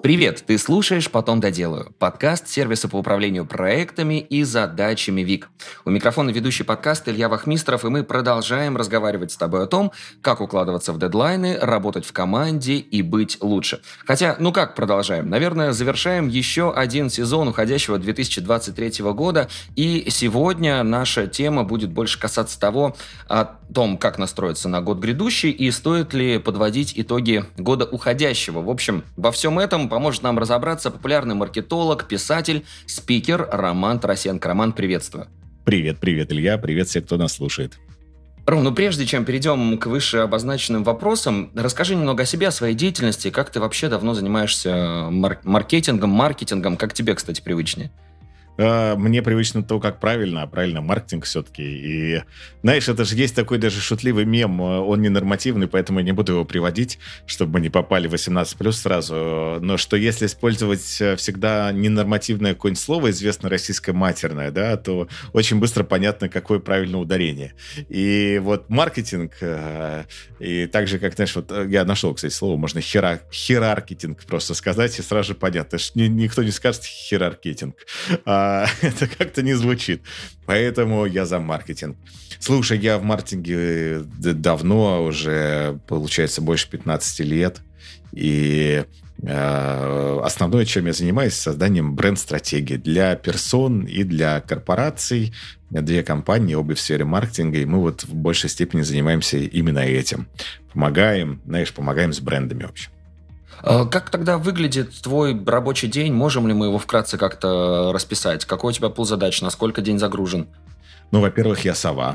Привет, ты слушаешь «Потом доделаю» – подкаст сервиса по управлению проектами и задачами ВИК. У микрофона ведущий подкаст Илья Вахмистров, и мы продолжаем разговаривать с тобой о том, как укладываться в дедлайны, работать в команде и быть лучше. Хотя, как продолжаем? Наверное, завершаем еще один сезон уходящего 2023 года, и сегодня наша тема будет больше касаться того, о том, как настроиться на год грядущий и стоит ли подводить итоги года уходящего. В общем, во всем этом поможет нам разобраться популярный маркетолог, писатель, спикер Роман Тарасенко. Роман, приветствую. Привет, Илья, привет всем, кто нас слушает. Ром, прежде чем перейдем к выше обозначенным вопросам, расскажи немного о себе, о своей деятельности, как ты вообще давно занимаешься маркетингом, как тебе, кстати, привычнее? Мне привычно то, как правильно, маркетинг все-таки. И, знаешь, это же есть такой даже шутливый мем, он не нормативный, поэтому я не буду его приводить, чтобы мы не попали в 18+, сразу. Но что если использовать всегда ненормативное какое-нибудь слово, известно российское матерное, да, то очень быстро понятно, какое правильное ударение. И вот маркетинг, и так же, как, знаешь, вот я нашел, кстати, слово, можно хераркетинг просто сказать, и сразу же понятно. Никто не скажет хераркетинг. Это как-то не звучит. Поэтому я за маркетинг. Слушай, я в маркетинге давно, уже, получается, больше 15 лет. И основное, чем я занимаюсь, созданием бренд-стратегии для персон и для корпораций. Две компании, обе в сфере маркетинга, и мы вот в большей степени занимаемся именно этим. Помогаем с брендами вообще. Как тогда выглядит твой рабочий день? Можем ли мы его вкратце как-то расписать? Какой у тебя пул задач? Насколько день загружен? Во-первых, я сова.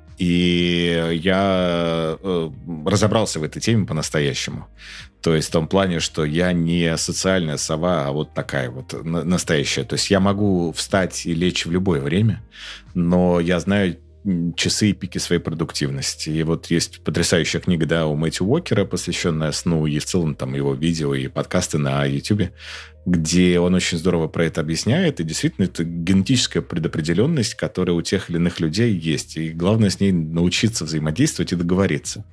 И я разобрался в этой теме по-настоящему. То есть в том плане, что я не социальная сова, а вот такая вот настоящая. То есть я могу встать и лечь в любое время, но я знаю часы и пики своей продуктивности. И вот есть потрясающая книга, да, у Мэтью Уокера, посвященная сну, и в целом там его видео и подкасты на YouTube, где он очень здорово про это объясняет. И действительно, это генетическая предопределенность, которая у тех или иных людей есть. И главное с ней научиться взаимодействовать и договориться.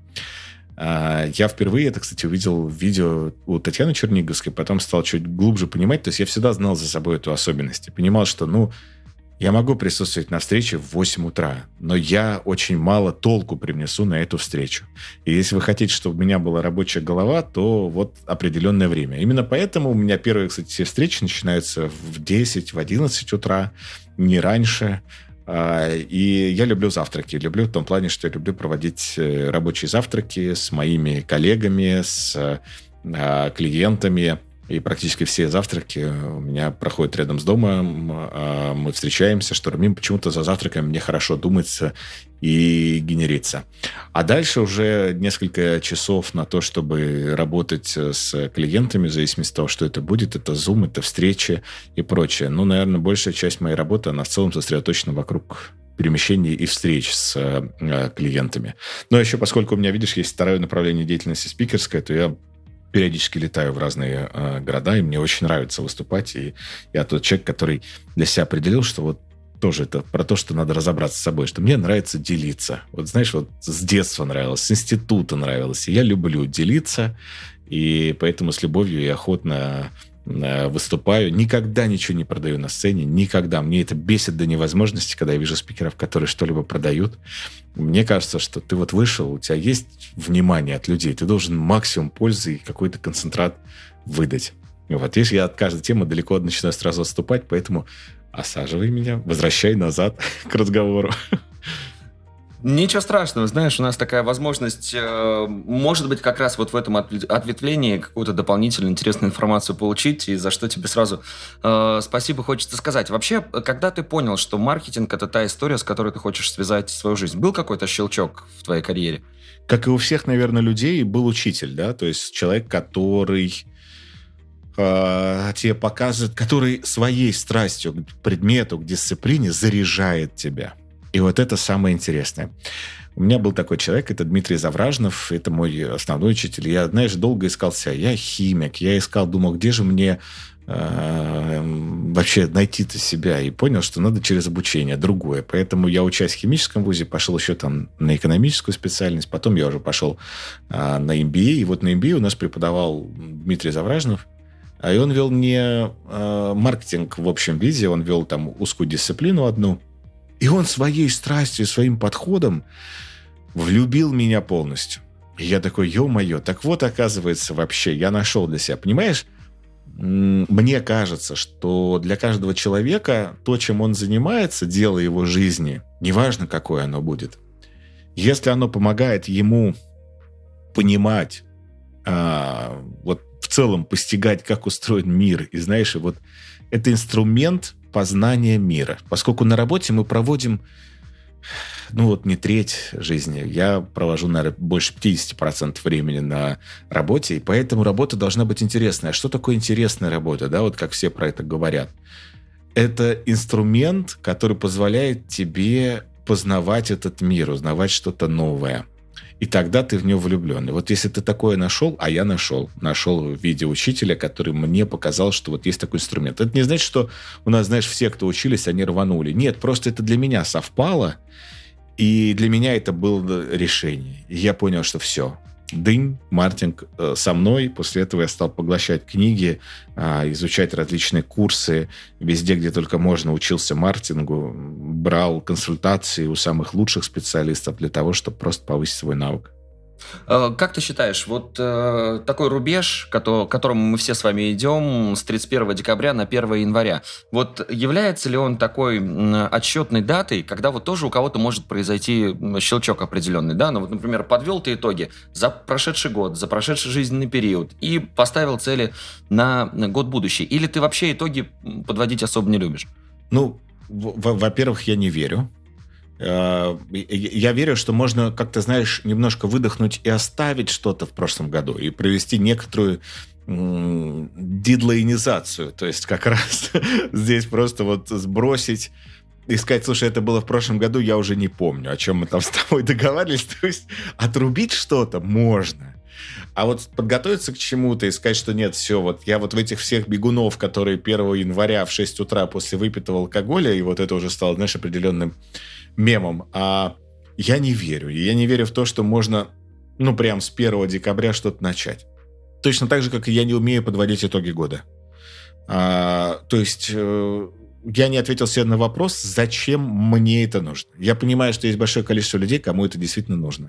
Я впервые это, кстати, увидел в видео у Татьяны Черниговской, потом стал чуть глубже понимать. То есть я всегда знал за собой эту особенность. И понимал, что, я могу присутствовать на встрече в 8 утра, но я очень мало толку привнесу на эту встречу. И если вы хотите, чтобы у меня была рабочая голова, то вот определенное время. Именно поэтому у меня первые, кстати, все встречи начинаются в 10, в 11 утра, не раньше. И я люблю завтраки. Люблю в том плане, что я люблю проводить рабочие завтраки с моими коллегами, с клиентами. И практически все завтраки у меня проходят рядом с домом. Мы встречаемся, штурмим. Почему-то за завтраком мне хорошо думается и генерится. А дальше уже несколько часов на то, чтобы работать с клиентами, в зависимости от того, что это будет. Это Zoom, это встречи и прочее. Наверное, большая часть моей работы, она в целом сосредоточена вокруг перемещений и встреч с клиентами. Но еще, поскольку у меня, видишь, есть второе направление деятельности спикерское, то я периодически летаю в разные города, и мне очень нравится выступать. И я тот человек, который для себя определил, что вот тоже это про то, что надо разобраться с собой, что мне нравится делиться. Вот знаешь, вот с детства нравилось, с института нравилось. И я люблю делиться, и поэтому с любовью и охотно выступаю. Никогда ничего не продаю на сцене, никогда. Мне это бесит до невозможности, когда я вижу спикеров, которые что-либо продают. Мне кажется, что ты вот вышел, у тебя есть внимание от людей, ты должен максимум пользы и какой-то концентрат выдать. Вот, видишь, я от каждой темы далеко начинаю сразу отступать, поэтому осаживай меня, возвращай назад к разговору. Ничего страшного, знаешь, у нас такая возможность, может быть, как раз вот в этом ответвлении какую-то дополнительную интересную информацию получить, и за что тебе сразу спасибо хочется сказать. Вообще, когда ты понял, что маркетинг – это та история, с которой ты хочешь связать свою жизнь, был какой-то щелчок в твоей карьере? Как и у всех, наверное, людей, был учитель, да, то есть человек, который тебе показывает, который своей страстью к предмету, к дисциплине заряжает тебя. И вот это самое интересное. У меня был такой человек, это Дмитрий Завражнов, это мой основной учитель. Я, знаешь, долго искал себя. Я химик, я искал, думал, где же мне вообще найти-то себя. И понял, что надо через обучение, другое. Поэтому я, учась в химическом вузе, пошел еще там на экономическую специальность. Потом я уже пошел на MBA. И вот на MBA у нас преподавал Дмитрий Завражнов. И он вел не маркетинг в общем виде, он вел там узкую дисциплину одну. И он своей страстью, своим подходом влюбил меня полностью. И я такой, ё-моё, так вот, оказывается, вообще я нашел для себя. Понимаешь, мне кажется, что для каждого человека то, чем он занимается, дело его жизни, неважно, какое оно будет, если оно помогает ему понимать, вот в целом постигать, как устроен мир, и знаешь, вот это инструмент познания мира. Поскольку на работе мы проводим, не треть жизни. Я провожу, наверное, больше 50% времени на работе, и поэтому работа должна быть интересная. А что такое интересная работа? Да, вот как все про это говорят. Это инструмент, который позволяет тебе познавать этот мир, узнавать что-то новое. И тогда ты в него влюблен. И вот если ты такое нашел, а я нашел в виде учителя, который мне показал, что вот есть такой инструмент. Это не значит, что у нас, знаешь, все, кто учились, они рванули. Нет, просто это для меня совпало, и для меня это было решение. И я понял, что все. Дынь, маркетинг со мной. После этого я стал поглощать книги, изучать различные курсы. Везде, где только можно, учился маркетингу. Брал консультации у самых лучших специалистов для того, чтобы просто повысить свой навык. Как ты считаешь, вот такой рубеж, к которому мы все с вами идем с 31 декабря на 1 января, вот является ли он такой отсчетной датой, когда вот тоже у кого-то может произойти щелчок определенный, да? Ну вот, например, подвел ты итоги за прошедший год, за прошедший жизненный период и поставил цели на год будущий, или ты вообще итоги подводить особо не любишь? Во-первых, я не верю. Я верю, что можно как-то, знаешь, немножко выдохнуть и оставить что-то в прошлом году и провести некоторую дедлайнизацию. То есть как раз здесь просто вот сбросить и сказать, слушай, это было в прошлом году, я уже не помню, о чем мы там с тобой договаривались. То есть отрубить что-то можно. А вот подготовиться к чему-то и сказать, что нет, все, вот я вот в этих всех бегунов, которые 1 января в 6 утра после выпитого алкоголя, и вот это уже стало, знаешь, определенным мемом, а я не верю. И я не верю в то, что можно, прям с 1 декабря что-то начать. Точно так же, как и я не умею подводить итоги года. То есть я не ответил себе на вопрос, зачем мне это нужно. Я понимаю, что есть большое количество людей, кому это действительно нужно.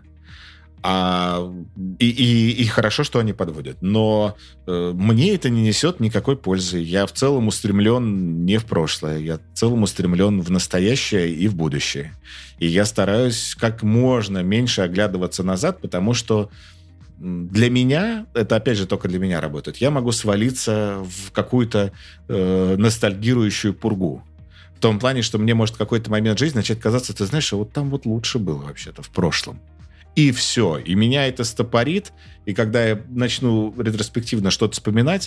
И хорошо, что они подводят. Но мне это не несет никакой пользы. Я в целом устремлен не в прошлое. Я в целом устремлен в настоящее и в будущее. И я стараюсь как можно меньше оглядываться назад, потому что для меня, это опять же только для меня работает, я могу свалиться в какую-то ностальгирующую пургу. В том плане, что мне может в какой-то момент жизни начать казаться, ты знаешь, вот там вот лучше было вообще-то в прошлом. И все. И меня это стопорит. И когда я начну ретроспективно что-то вспоминать,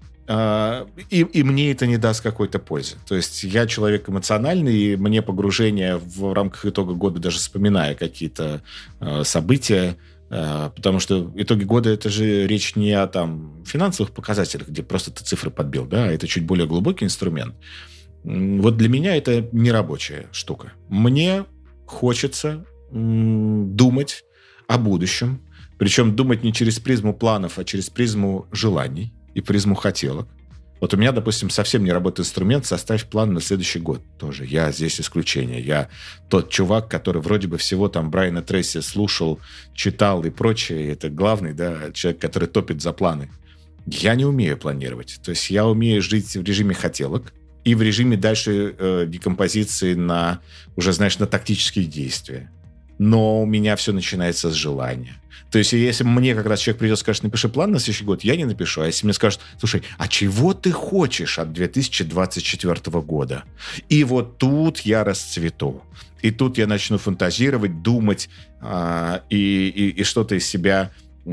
и мне это не даст какой-то пользы. То есть я человек эмоциональный, и мне погружение в рамках итога года, даже вспоминая какие-то события, потому что итоги года — это же речь не о финансовых показателях, где просто ты цифры подбил, да, это чуть более глубокий инструмент. Вот для меня это не рабочая штука. Мне хочется думать о будущем, причем думать не через призму планов, а через призму желаний и призму хотелок. Вот у меня, допустим, совсем не работает инструмент «составь план на следующий год». Тоже я здесь исключение. Я тот чувак, который вроде бы всего Брайана Трейси слушал, читал и прочее. Это главный, да, человек, который топит за планы. Я не умею планировать. То есть я умею жить в режиме хотелок и в режиме дальше декомпозиции на, уже, знаешь, на тактические действия. Но у меня все начинается с желания. То есть, если мне как раз человек придет и скажет, напиши план на следующий год, я не напишу. А если мне скажут, слушай, а чего ты хочешь от 2024 года? И вот тут я расцвету. И тут я начну фантазировать, думать и что-то из себя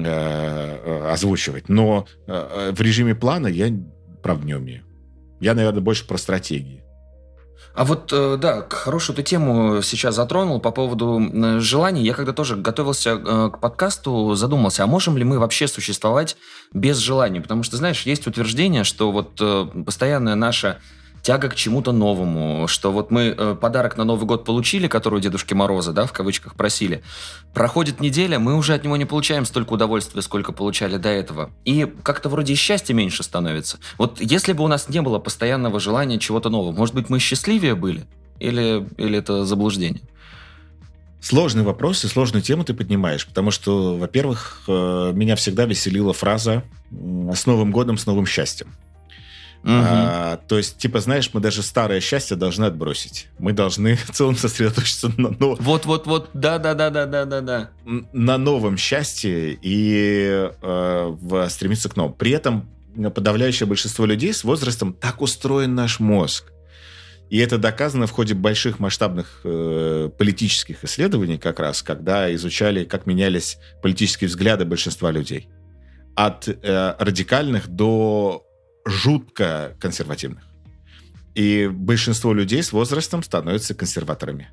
озвучивать. Но в режиме плана я, правда, не умею. Я, наверное, больше про стратегии. А вот, да, хорошую ты тему сейчас затронул по поводу желаний. Я когда тоже готовился к подкасту, задумался, а можем ли мы вообще существовать без желаний? Потому что, знаешь, есть утверждение, что вот постоянное наше тяга к чему-то новому, что вот мы подарок на Новый год получили, который у Дедушки Мороза, да, в кавычках просили. Проходит неделя, мы уже от него не получаем столько удовольствия, сколько получали до этого. И как-то вроде и счастья меньше становится. Вот если бы у нас не было постоянного желания чего-то нового, может быть, мы счастливее были? Или это заблуждение? Сложный вопрос и сложную тему ты поднимаешь, потому что, во-первых, меня всегда веселила фраза «С Новым годом, с новым счастьем». То есть, типа, знаешь, мы даже старое счастье должны отбросить. Мы должны в целом сосредоточиться на новом. Вот, да. На новом счастье и стремиться к новому. При этом подавляющее большинство людей с возрастом так устроен наш мозг. И это доказано в ходе больших масштабных политических исследований как раз, когда изучали, как менялись политические взгляды большинства людей. От радикальных до жутко консервативных. И большинство людей с возрастом становятся консерваторами.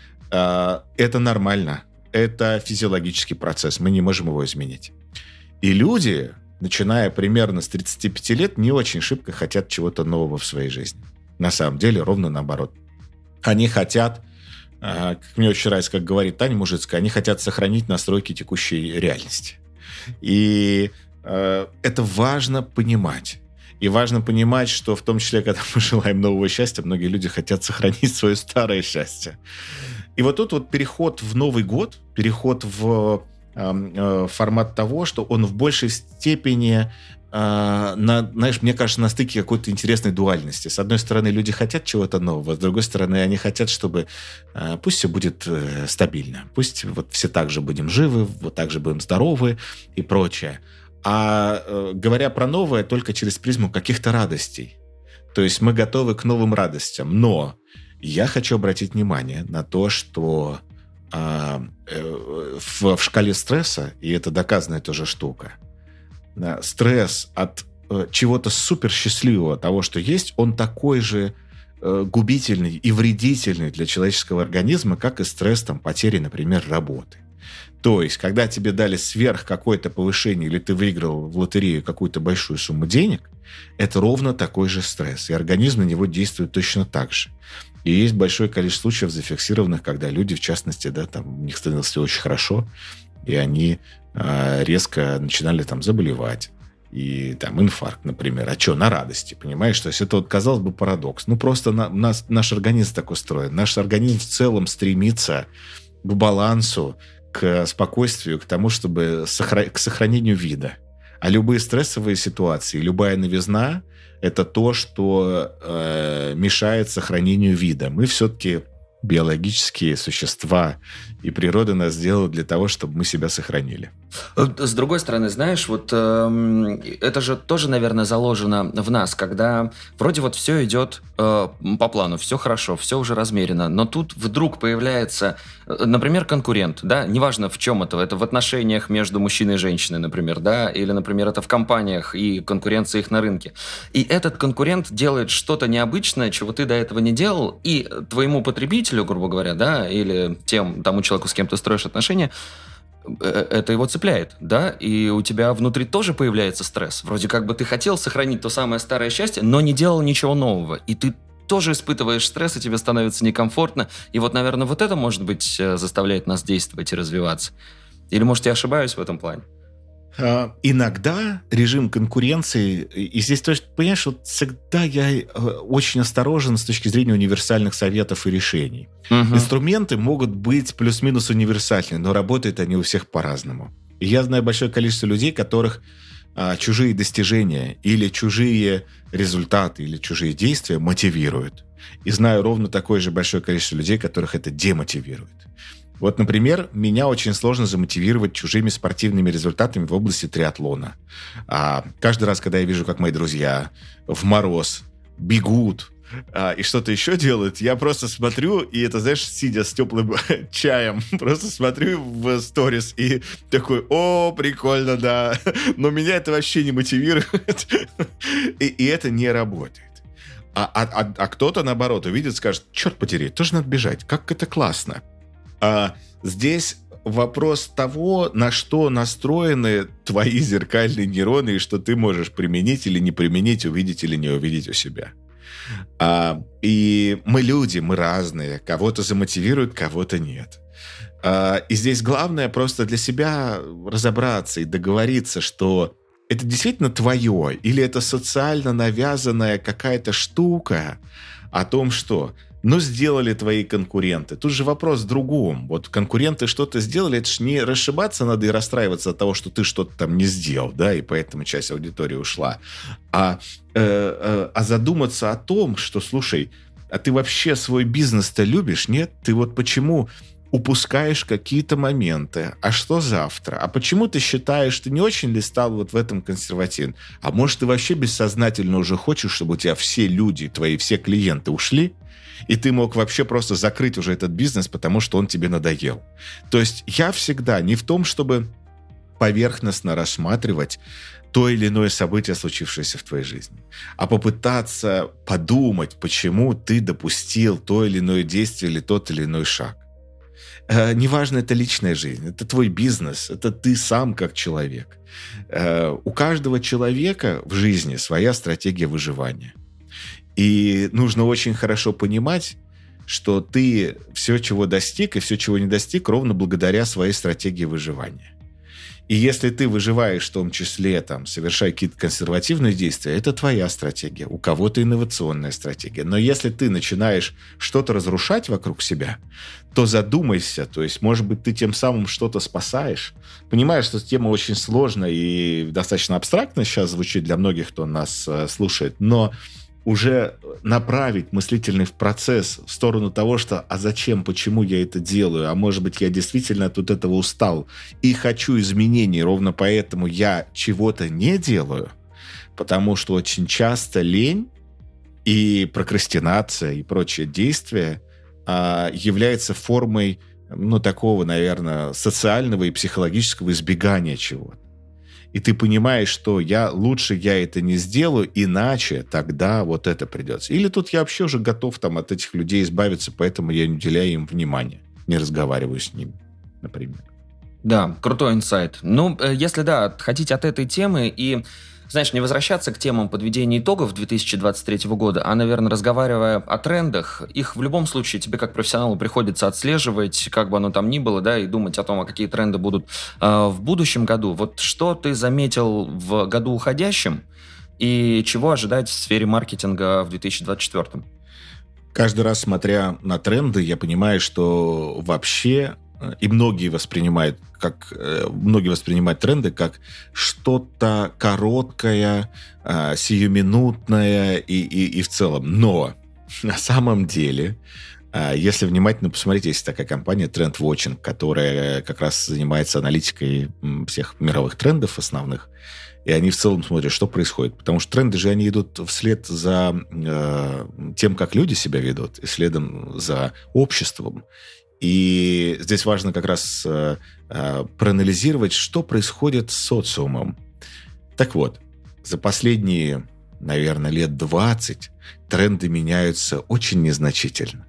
Это нормально. Это физиологический процесс. Мы не можем его изменить. И люди, начиная примерно с 35 лет, не очень шибко хотят чего-то нового в своей жизни. На самом деле, ровно наоборот. Они хотят, как мне очень нравится, как говорит Таня Мужицкая, они хотят сохранить настройки текущей реальности. И это важно понимать. И важно понимать, что в том числе, когда мы желаем нового счастья, многие люди хотят сохранить свое старое счастье. И вот тут вот переход в Новый год, переход в формат того, что он в большей степени... знаешь, мне кажется, на стыке какой-то интересной дуальности. С одной стороны, люди хотят чего-то нового, с другой стороны, они хотят, чтобы пусть все будет стабильно, пусть вот все так же будем живы, вот так же будем здоровы и прочее. А говоря про новое, только через призму каких-то радостей. То есть мы готовы к новым радостям. Но я хочу обратить внимание на то, что в шкале стресса, и это доказанная тоже штука, стресс от чего-то суперсчастливого, того, что есть, он такой же губительный и вредительный для человеческого организма, как и стресс там, потери, например, работы. То есть, когда тебе дали сверх какое-то повышение, или ты выиграл в лотерею какую-то большую сумму денег, это ровно такой же стресс, и организм на него действует точно так же. И есть большое количество случаев зафиксированных, когда люди, в частности, да, там, у них становилось все очень хорошо, и они резко начинали там заболевать. И там инфаркт, например. А что, на радости, понимаешь? То есть это вот, казалось бы, парадокс. Ну, просто наш организм так устроен. Наш организм в целом стремится к балансу, к спокойствию, к тому, чтобы к сохранению вида. А любые стрессовые ситуации, любая новизна – это то, что мешает сохранению вида. Мы все-таки биологические существа, и природа нас сделала для того, чтобы мы себя сохранили. С другой стороны, знаешь, вот это же тоже, наверное, заложено в нас, когда вроде вот все идет по плану, все хорошо, все уже размерено, но тут вдруг появляется, например, конкурент, да, неважно в чем это в отношениях между мужчиной и женщиной, например, да, или, например, это в компаниях и конкуренция их на рынке. И этот конкурент делает что-то необычное, чего ты до этого не делал, и твоему потребителю, грубо говоря, да, или тому человеку, с кем ты строишь отношения, это его цепляет, да, и у тебя внутри тоже появляется стресс. Вроде как бы ты хотел сохранить то самое старое счастье, но не делал ничего нового, и ты тоже испытываешь стресс, и тебе становится некомфортно, и вот, наверное, вот это, может быть, заставляет нас действовать и развиваться. Или, может, я ошибаюсь в этом плане? Иногда режим конкуренции, и здесь тоже, понимаешь, вот всегда я очень осторожен с точки зрения универсальных советов и решений. Угу. Инструменты могут быть плюс-минус универсальны, но работают они у всех по-разному. И я знаю большое количество людей, которых чужие достижения или чужие результаты или чужие действия мотивируют. И знаю ровно такое же большое количество людей, которых это демотивирует. Вот, например, меня очень сложно замотивировать чужими спортивными результатами в области триатлона. Каждый раз, когда я вижу, как мои друзья в мороз бегут и что-то еще делают, я просто смотрю, и это, знаешь, сидя с теплым чаем, просто смотрю в сторис и такой: о, прикольно, да. Но меня это вообще не мотивирует. И это не работает. А кто-то, наоборот, увидит, скажет: черт подери, тоже надо бежать, как это классно. Здесь вопрос того, на что настроены твои зеркальные нейроны, и что ты можешь применить или не применить, увидеть или не увидеть у себя. И мы люди, мы разные. Кого-то замотивирует, кого-то нет. И здесь главное просто для себя разобраться и договориться, что это действительно твое, или это социально навязанная какая-то штука о том, что сделали твои конкуренты. Тут же вопрос в другом. Вот конкуренты что-то сделали, это ж не расшибаться надо и расстраиваться от того, что ты что-то там не сделал, да, и поэтому часть аудитории ушла. А задуматься о том, что, слушай, а ты вообще свой бизнес-то любишь, нет? Ты вот почему упускаешь какие-то моменты? А что завтра? А почему ты считаешь, ты не очень ли стал вот в этом консервативен? А может, ты вообще бессознательно уже хочешь, чтобы у тебя все люди, твои все клиенты ушли? И ты мог вообще просто закрыть уже этот бизнес, потому что он тебе надоел. То есть я всегда не в том, чтобы поверхностно рассматривать то или иное событие, случившееся в твоей жизни, а попытаться подумать, почему ты допустил то или иное действие или тот или иной шаг. Неважно, это личная жизнь, это твой бизнес, это ты сам как человек. У каждого человека в жизни своя стратегия выживания. И нужно очень хорошо понимать, что ты все, чего достиг, и все, чего не достиг, ровно благодаря своей стратегии выживания. И если ты выживаешь в том числе, там, совершая какие-то консервативные действия, это твоя стратегия, у кого-то инновационная стратегия. Но если ты начинаешь что-то разрушать вокруг себя, то задумайся, то есть, может быть, ты тем самым что-то спасаешь. Понимаешь, что тема очень сложная и достаточно абстрактно сейчас звучит для многих, кто нас слушает, но уже направить мыслительный процесс в сторону того, что «а зачем, почему я это делаю? А может быть, я действительно от этого устал и хочу изменений, ровно поэтому я чего-то не делаю», потому что очень часто лень и прокрастинация и прочие действия является формой, такого, наверное, социального и психологического избегания чего-то. И ты понимаешь, что лучше я это не сделаю, иначе тогда вот это придется. Или тут я вообще уже готов там от этих людей избавиться, поэтому я не уделяю им внимания, не разговариваю с ними, например. Да, крутой инсайт. Если отходить от этой темы и, знаешь, не возвращаться к темам подведения итогов 2023 года, а, наверное, разговаривая о трендах, их в любом случае тебе как профессионалу приходится отслеживать, как бы оно там ни было, да, и думать о том, а какие тренды будут в будущем году. Вот что ты заметил в году уходящем и чего ожидать в сфере маркетинга в 2024? Каждый раз, смотря на тренды, я понимаю, что вообще и многие воспринимают тренды как что-то короткое, сиюминутное и в целом. Но на самом деле, если внимательно посмотреть, есть такая компания Trend Watching, которая как раз занимается аналитикой всех мировых трендов основных, и они в целом смотрят, что происходит. Потому что тренды же, они идут вслед за тем, как люди себя ведут, и следом за обществом. И здесь важно как раз проанализировать, что происходит с социумом. Так вот, за последние, наверное, лет 20 тренды меняются очень незначительно.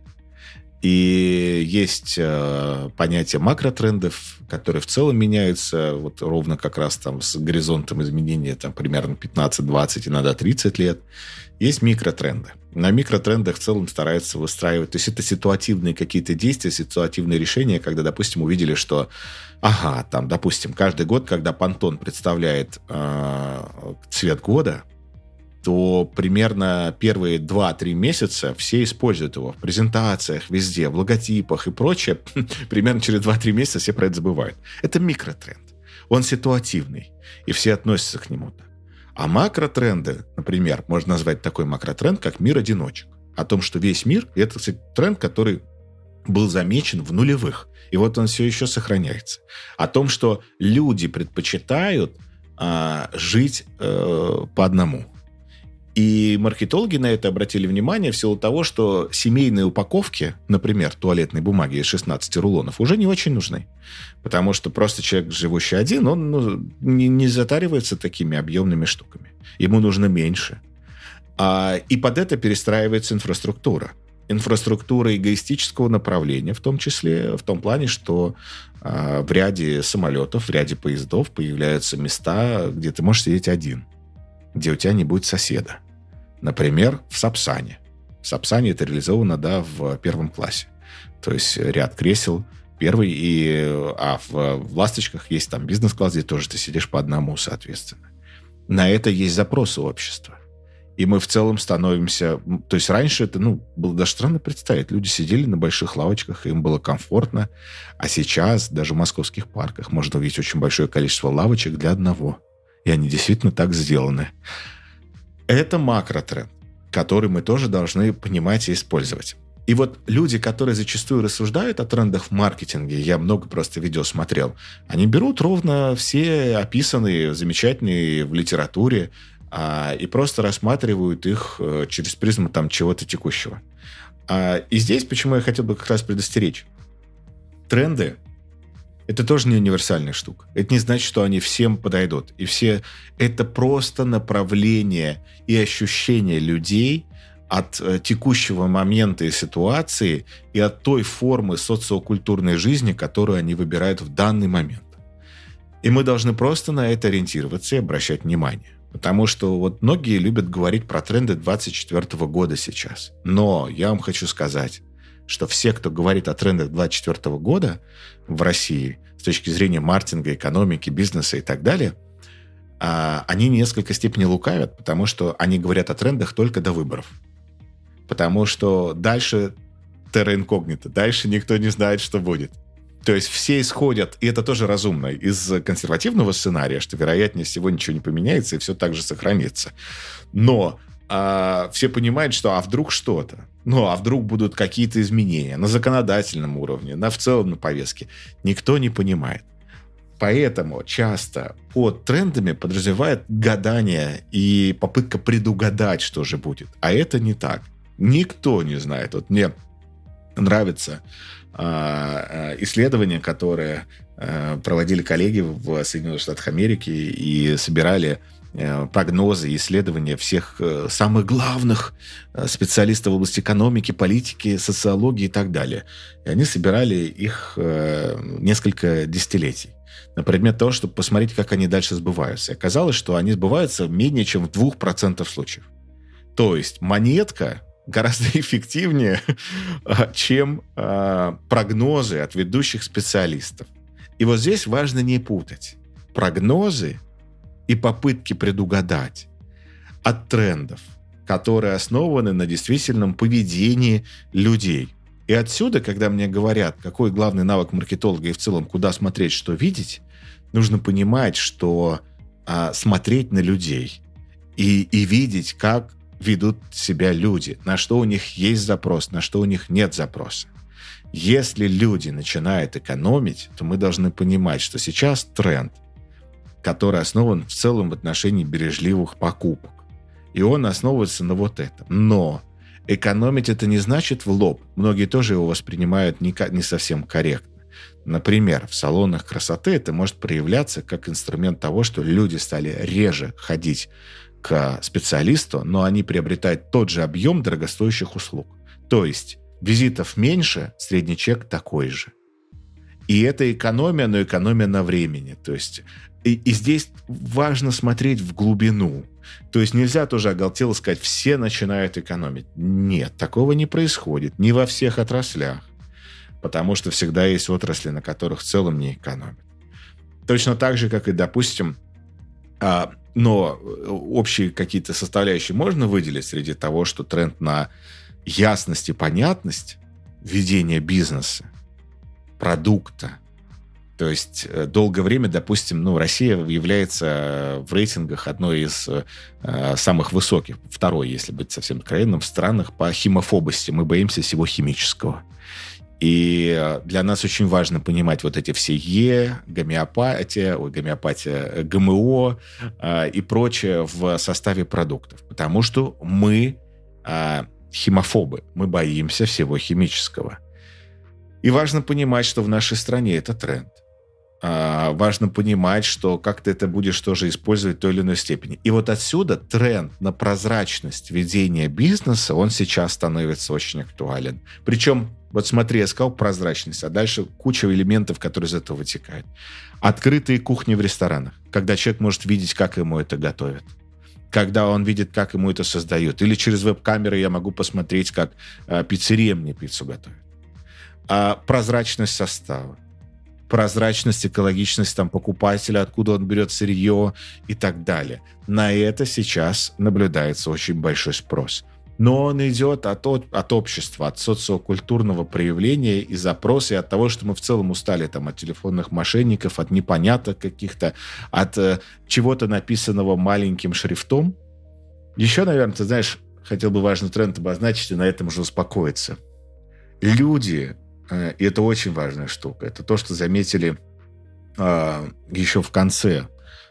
И есть понятие макротрендов, которые в целом меняются вот ровно как раз там с горизонтом изменения там, примерно 15, 20, иногда 30 лет. Есть микротренды. На микротрендах в целом стараются выстраивать. То есть это ситуативные какие-то действия, ситуативные решения, когда, допустим, увидели, что, допустим, каждый год, когда Pantone представляет цвет года, то примерно первые 2-3 месяца все используют его в презентациях, везде, в логотипах и прочее. Примерно через 2-3 месяца все про это забывают. Это микротренд. Он ситуативный, и все относятся к нему так. А макротренды, например, можно назвать такой макротренд, как мир одиночек. О том, что весь мир, и это, кстати, тренд, который был замечен в нулевых. И вот он все еще сохраняется. О том, что люди предпочитают жить по одному. И маркетологи на это обратили внимание в силу того, что семейные упаковки, например, туалетной бумаги из 16 рулонов, уже не очень нужны. Потому что просто человек, живущий один, он не затаривается такими объемными штуками. Ему нужно меньше. И под это перестраивается инфраструктура. Инфраструктура эгоистического направления, в том числе в том плане, что в ряде самолетов, в ряде поездов появляются места, где ты можешь сидеть один, где у тебя не будет соседа. Например, в Сапсане. В Сапсане это реализовано, в первом классе. То есть ряд кресел первый, а в «Ласточках» есть там бизнес-класс, где тоже ты сидишь по одному, соответственно. На это есть запрос у общества. И мы в целом становимся... То есть раньше это, было даже странно представить. Люди сидели на больших лавочках, им было комфортно. А сейчас даже в московских парках можно увидеть очень большое количество лавочек для одного. И они действительно так сделаны. Это макротренд, который мы тоже должны понимать и использовать. И вот люди, которые зачастую рассуждают о трендах в маркетинге, я много просто видео смотрел, они берут ровно все описанные, замечательные в литературе, и просто рассматривают их через призму чего-то текущего. И здесь почему я хотел бы как раз предостеречь. Тренды — это тоже не универсальная штука. Это не значит, что они всем подойдут. И все это просто направление и ощущение людей от текущего момента и ситуации и от той формы социокультурной жизни, которую они выбирают в данный момент. И мы должны просто на это ориентироваться и обращать внимание. Потому что многие любят говорить про тренды 2024 года сейчас. Но я вам хочу сказать, что все, кто говорит о трендах 2024 года в России с точки зрения маркетинга, экономики, бизнеса и так далее, они несколько степеней лукавят, потому что они говорят о трендах только до выборов. Потому что дальше терра инкогнито, дальше никто не знает, что будет. То есть все исходят, и это тоже разумно, из консервативного сценария, что, вероятнее всего, ничего не поменяется и все так же сохранится. Но все понимают, что вдруг что-то, а вдруг будут какие-то изменения на законодательном уровне, в целом на повестке. Никто не понимает. Поэтому часто под трендами подразумевает гадание и попытка предугадать, что же будет. А это не так. Никто не знает. Мне нравится исследования, которые проводили коллеги в Соединенных Штатах Америки и собирали прогнозы и исследования всех самых главных специалистов в области экономики, политики, социологии и так далее. И они собирали их несколько десятилетий на предмет того, чтобы посмотреть, как они дальше сбываются. И оказалось, что они сбываются менее чем в 2% случаев. То есть монетка гораздо эффективнее, чем прогнозы от ведущих специалистов. И вот здесь важно не путать прогнозы и попытки предугадать от трендов, которые основаны на действительном поведении людей. И отсюда, когда мне говорят, какой главный навык маркетолога и в целом, куда смотреть, что видеть, нужно понимать, что смотреть на людей и видеть, как ведут себя люди, на что у них есть запрос, на что у них нет запроса. Если люди начинают экономить, то мы должны понимать, что сейчас тренд, который основан в целом в отношении бережливых покупок. И он основывается на вот этом. Но экономить это не значит в лоб. Многие тоже его воспринимают не совсем корректно. Например, в салонах красоты это может проявляться как инструмент того, что люди стали реже ходить к специалисту, но они приобретают тот же объем дорогостоящих услуг. То есть визитов меньше, средний чек такой же. И это экономия, но экономия на времени. То есть и здесь важно смотреть в глубину. То есть нельзя тоже оголтело сказать, все начинают экономить. Нет, такого не происходит. Не во всех отраслях. Потому что всегда есть отрасли, на которых в целом не экономят. Точно так же, как и, допустим, но общие какие-то составляющие можно выделить среди того, что тренд на ясность и понятность ведения бизнеса, продукта. То есть долгое время, допустим, Россия является в рейтингах одной из самых высоких, второй, если быть совсем откровенным, в странах по химофобности. Мы боимся всего химического. И для нас очень важно понимать вот эти все гомеопатия, ГМО и прочее в составе продуктов. Потому что мы химофобы, мы боимся всего химического. И важно понимать, что в нашей стране это тренд. Важно понимать, что как ты это будешь тоже использовать в той или иной степени. И вот отсюда тренд на прозрачность ведения бизнеса, он сейчас становится очень актуален. Причем, вот смотри, я сказал прозрачность, а дальше куча элементов, которые из этого вытекают. Открытые кухни в ресторанах, когда человек может видеть, как ему это готовят. когда он видит, как ему это создают. Или через веб-камеры я могу посмотреть, как пиццерия мне пиццу готовит. Прозрачность состава, прозрачность, экологичность там, покупателя, откуда он берет сырье и так далее. На это сейчас наблюдается очень большой спрос. Но он идет от общества, от социокультурного проявления и запроса, и от того, что мы в целом устали там, от телефонных мошенников, от непоняток каких-то, от чего-то написанного маленьким шрифтом. Еще, наверное, ты знаешь, хотел бы важный тренд обозначить и на этом же успокоиться. Люди, и это очень важная штука, это то, что заметили еще в конце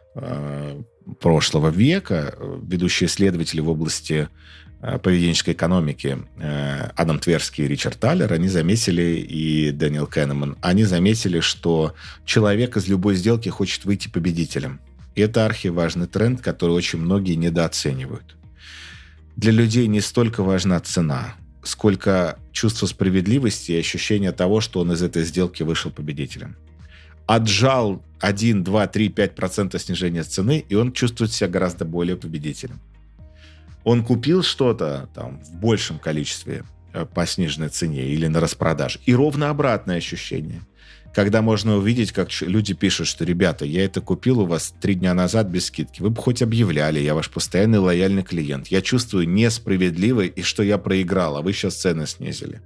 прошлого века ведущие исследователи в области поведенческой экономики Адам Тверский и Ричард Талер, они заметили, и Дэниел Кеннеман, они заметили, что человек из любой сделки хочет выйти победителем. И это архиважный тренд, который очень многие недооценивают. Для людей не столько важна цена, сколько чувство справедливости и ощущение того, что он из этой сделки вышел победителем. Отжал 1, 2, 3, 5% снижения цены, и он чувствует себя гораздо более победителем. Он купил что-то там в большем количестве по сниженной цене или на распродаже. И ровно обратное ощущение. Когда можно увидеть, как люди пишут, что, ребята, я это купил у вас 3 дня назад без скидки. Вы бы хоть объявляли, я ваш постоянный лояльный клиент. Я чувствую несправедливо, и что я проиграл, а вы сейчас цены снизили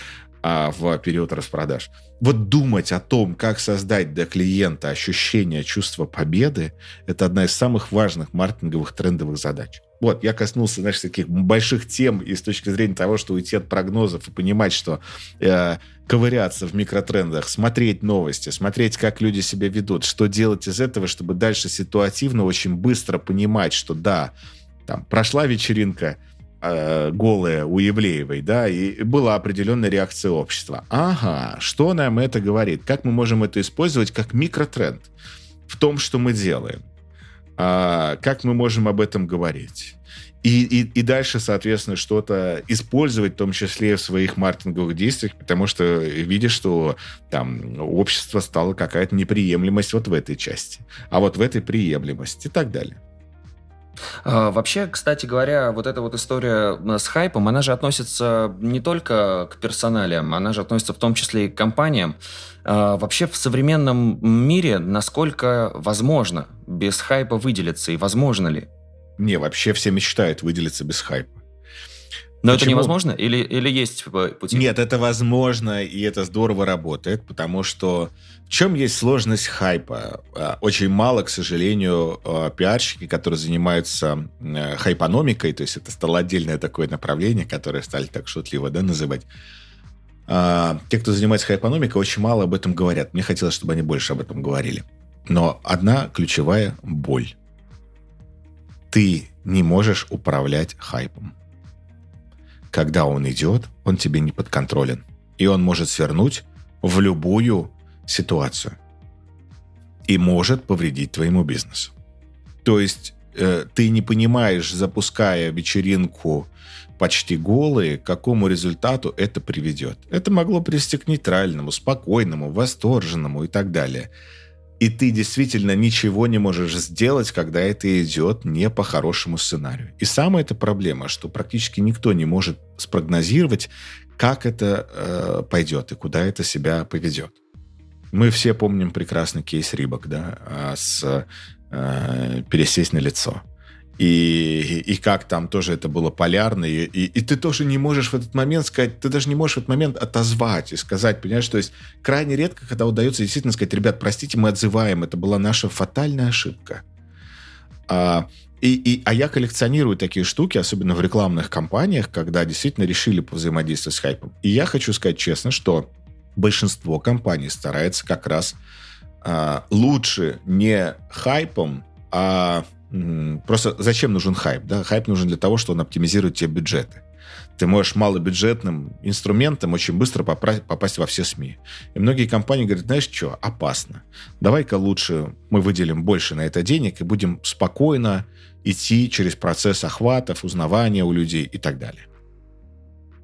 в период распродаж. Вот думать о том, как создать для клиента ощущение чувства победы, это одна из самых важных маркетинговых трендовых задач. Вот, я коснулся, знаешь, таких больших тем и с точки зрения того, что уйти от прогнозов и понимать, что ковыряться в микротрендах, смотреть новости, смотреть, как люди себя ведут, что делать из этого, чтобы дальше ситуативно очень быстро понимать, что да, там прошла вечеринка голая у Ивлеевой, да, и была определенная реакция общества. Ага, что нам это говорит? Как мы можем это использовать как микротренд в том, что мы делаем? Как мы можем об этом говорить? И дальше, соответственно, что-то использовать, в том числе в своих маркетинговых действиях, потому что видишь, что там общество стало какая-то неприемлемость вот в этой части, а вот в этой приемлемости и так далее. Вообще, кстати говоря, вот эта вот история с хайпом, она же относится не только к персоналиям, она же относится в том числе и к компаниям. Вообще в современном мире насколько возможно без хайпа выделиться и возможно ли? Не, вообще все мечтают выделиться без хайпа. Но Почему? это невозможно или есть пути? Нет, это возможно, и это здорово работает, потому что в чем есть сложность хайпа? Очень мало, к сожалению, пиарщики, которые занимаются хайпономикой, то есть это стало отдельное такое направление, которое стали так шутливо, да, называть. Те, кто занимается хайпономикой, очень мало об этом говорят. Мне хотелось, чтобы они больше об этом говорили. Но одна ключевая боль. Ты не можешь управлять хайпом. Когда он идет, он тебе не подконтролен. И он может свернуть в любую ситуацию. И может повредить твоему бизнесу. То есть ты не понимаешь, запуская вечеринку почти голые, к какому результату это приведет. Это могло привести к нейтральному, спокойному, восторженному и так далее. И ты действительно ничего не можешь сделать, когда это идет не по хорошему сценарию. И самая эта проблема, что практически никто не может спрогнозировать, как это пойдет и куда это себя поведет. Мы все помним прекрасный кейс Рибок, да, с пересесть на лицо. И как там тоже это было полярно, и ты тоже не можешь в этот момент сказать, ты даже не можешь в этот момент отозвать и сказать, понимаешь, то есть крайне редко, когда удается действительно сказать, ребят, простите, мы отзываем, это была наша фатальная ошибка. А я коллекционирую такие штуки, особенно в рекламных кампаниях, когда действительно решили повзаимодействовать с хайпом. И я хочу сказать честно, что большинство компаний старается как раз лучше не хайпом, а просто зачем нужен хайп? Да? Хайп нужен для того, что он оптимизирует тебе бюджеты. Ты можешь малобюджетным инструментом очень быстро попасть во все СМИ. И многие компании говорят, знаешь что, опасно. Давай-ка лучше мы выделим больше на это денег и будем спокойно идти через процесс охватов, узнавания у людей и так далее.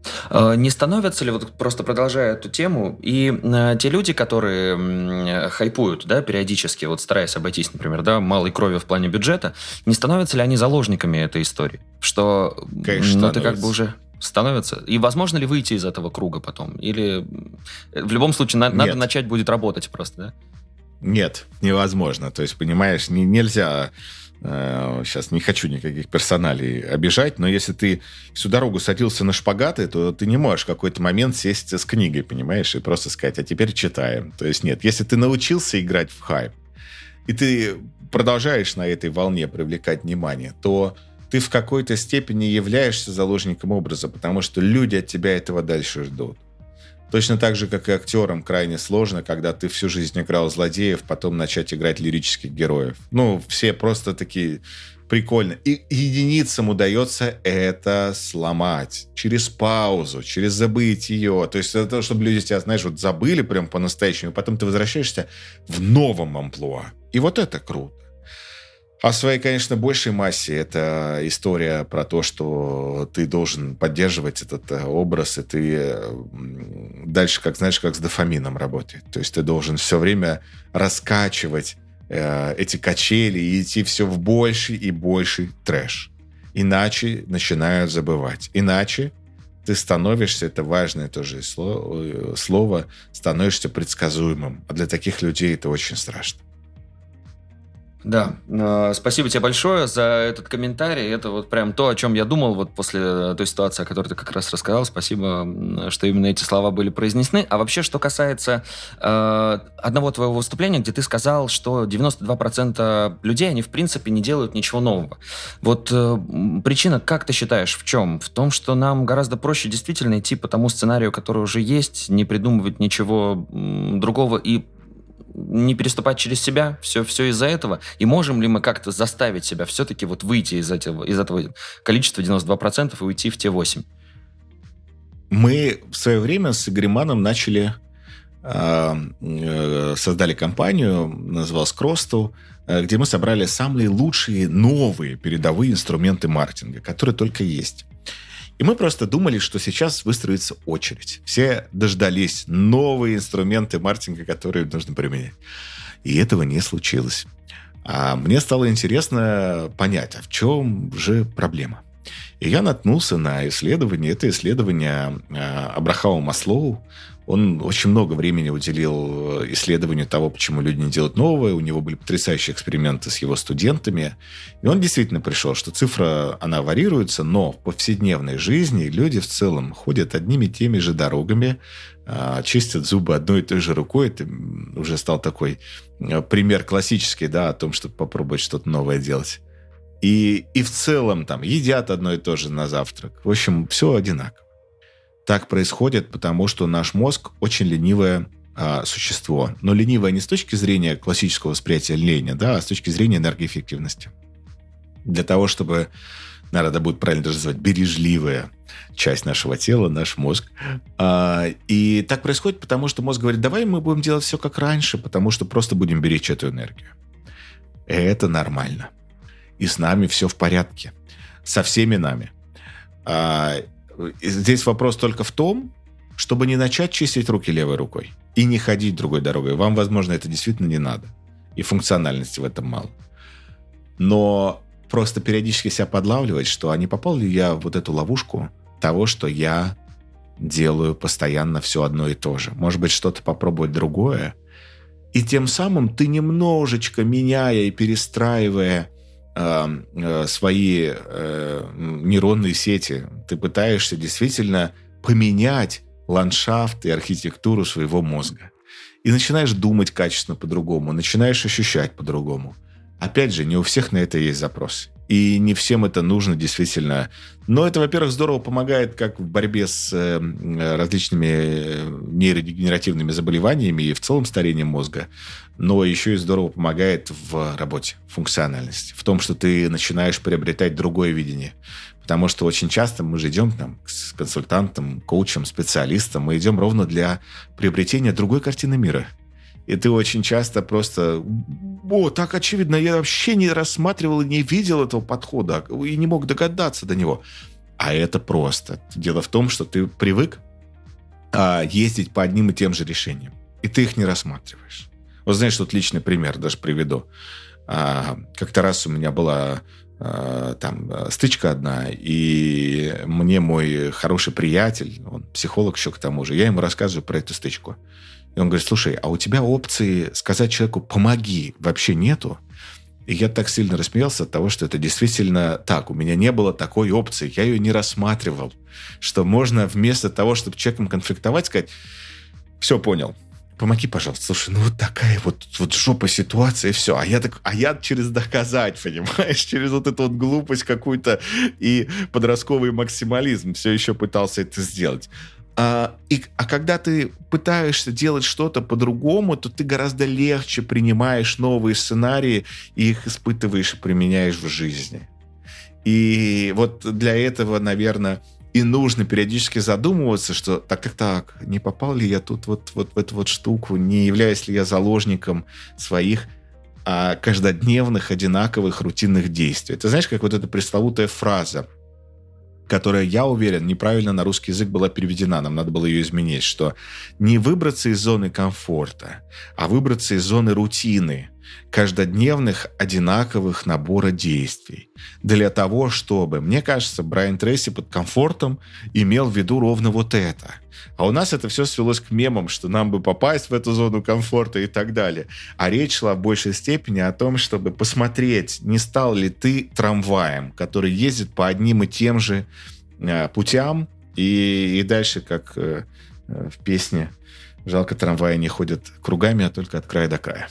Не становятся ли, вот просто продолжая эту тему, и те люди, которые хайпуют, да, периодически, вот стараясь обойтись, например, да, малой кровью в плане бюджета, не становятся ли они заложниками этой истории? Что, Конечно, ты как бы уже становятся? И возможно ли выйти из этого круга потом? Или в любом случае надо начать будет работать просто, да? Нет, невозможно. То есть, понимаешь, нельзя... Сейчас не хочу никаких персоналей обижать, но если ты всю дорогу садился на шпагаты, то ты не можешь в какой-то момент сесть с книгой, понимаешь, и просто сказать, а теперь читаем. То есть нет, если ты научился играть в хайп, и ты продолжаешь на этой волне привлекать внимание, то ты в какой-то степени являешься заложником образа, потому что люди от тебя этого дальше ждут. Точно так же, как и актерам крайне сложно, когда ты всю жизнь играл злодеев, потом начать играть лирических героев. Ну, все просто такие прикольно. И единицам удается это сломать. Через паузу, через забытие. То есть это чтобы люди тебя, знаешь, вот забыли прям по-настоящему, и потом ты возвращаешься в новом амплуа. И вот это круто. А в своей, конечно, большей массе это история про то, что ты должен поддерживать этот образ, и ты дальше, как знаешь, как с дофамином работает. То есть ты должен все время раскачивать эти качели и идти все в больший и больший трэш. Иначе начинают забывать. Иначе ты становишься, это важное тоже слово, становишься предсказуемым. А для таких людей это очень страшно. Да, спасибо тебе большое за этот комментарий. Это вот прям то, о чем я думал вот после той ситуации, о которой ты как раз рассказал. Спасибо, что именно эти слова были произнесены. А вообще, что касается одного твоего выступления, где ты сказал, что 92% людей, они в принципе не делают ничего нового. Вот причина, как ты считаешь, в чем? В том, что нам гораздо проще действительно идти по тому сценарию, который уже есть, не придумывать ничего другого и не переступать через себя, все из-за этого. И можем ли мы как-то заставить себя все-таки вот выйти из этого количества 92% и уйти в те 8%? Мы в свое время с Игриманом создали компанию, называлась Кросту, где мы собрали самые лучшие новые передовые инструменты маркетинга, которые только есть. И мы просто думали, что сейчас выстроится очередь. Все дождались новые инструменты маркетинга, которые нужно применять. И этого не случилось. А мне стало интересно понять, а в чем же проблема? И я наткнулся на исследование. Это исследование Абрахама Маслоу. Он очень много времени уделил исследованию того, почему люди не делают новое. У него были потрясающие эксперименты с его студентами. И он действительно пришел, что цифра, она варьируется, но в повседневной жизни люди в целом ходят одними и теми же дорогами, чистят зубы одной и той же рукой. Это уже стал такой пример классический, да, о том, чтобы попробовать что-то новое делать. И в целом там едят одно и то же на завтрак. В общем, все одинаково. Так происходит, потому что наш мозг очень ленивое существо. Но ленивое не с точки зрения классического восприятия лени, да, а с точки зрения энергоэффективности. Для того, чтобы, наверное, будет правильно даже называть, бережливая часть нашего тела, наш мозг. И так происходит, потому что мозг говорит, давай мы будем делать все как раньше, потому что просто будем беречь эту энергию. Это нормально. И с нами все в порядке. Со всеми нами. Здесь вопрос только в том, чтобы не начать чистить руки левой рукой и не ходить другой дорогой. Вам, возможно, это действительно не надо. И функциональности в этом мало. Но просто периодически себя подлавливать, что а не попал ли я в вот эту ловушку того, что я делаю постоянно все одно и то же. Может быть, что-то попробовать другое. И тем самым ты немножечко меняя и перестраивая свои нейронные сети, ты пытаешься действительно поменять ландшафт и архитектуру своего мозга. И начинаешь думать качественно по-другому, начинаешь ощущать по-другому. Опять же, не у всех на это есть запрос. И не всем это нужно действительно. Но это, во-первых, здорово помогает как в борьбе с различными нейродегенеративными заболеваниями и в целом старением мозга, но еще и здорово помогает в работе, в функциональности, в том, что ты начинаешь приобретать другое видение. Потому что очень часто мы же идем там, с консультантом, коучем, специалистом, мы идем ровно для приобретения другой картины мира. И ты очень часто просто... так очевидно, я вообще не рассматривал и не видел этого подхода, и не мог догадаться до него. А это просто. Дело в том, что ты привык ездить по одним и тем же решениям, и ты их не рассматриваешь. Вот знаешь, тут личный пример даже приведу. Как-то раз у меня была стычка одна, и мне мой хороший приятель, он психолог еще к тому же, я ему рассказываю про эту стычку. И он говорит: слушай, а у тебя опции сказать человеку «помоги» вообще нету? И я так сильно рассмеялся от того, что это действительно так. У меня не было такой опции, я ее не рассматривал. Что можно вместо того, чтобы с человеком конфликтовать, сказать: все, понял, помоги, пожалуйста. Слушай, ну вот такая вот жопа ситуация, и все. А я через доказать, понимаешь, через вот эту вот глупость какую-то и подростковый максимализм все еще пытался это сделать. А когда ты пытаешься делать что-то по-другому, то ты гораздо легче принимаешь новые сценарии и их испытываешь и применяешь в жизни. И вот для этого, наверное, и нужно периодически задумываться, что так, не попал ли я тут вот в эту вот штуку, не являюсь ли я заложником своих каждодневных, одинаковых, рутинных действий. Ты знаешь, как вот эта пресловутая фраза, которая, я уверен, неправильно на русский язык была переведена, нам надо было ее изменить, что не выбраться из зоны комфорта, а выбраться из зоны рутины, каждодневных, одинаковых набора действий. Для того, чтобы, мне кажется, Брайан Трейси под комфортом имел в виду ровно вот это. А у нас это все свелось к мемам, что нам бы попасть в эту зону комфорта и так далее. А речь шла в большей степени о том, чтобы посмотреть, не стал ли ты трамваем, который ездит по одним и тем же путям, и дальше, как в песне «Жалко, трамваи не ходят кругами, а только от края до края».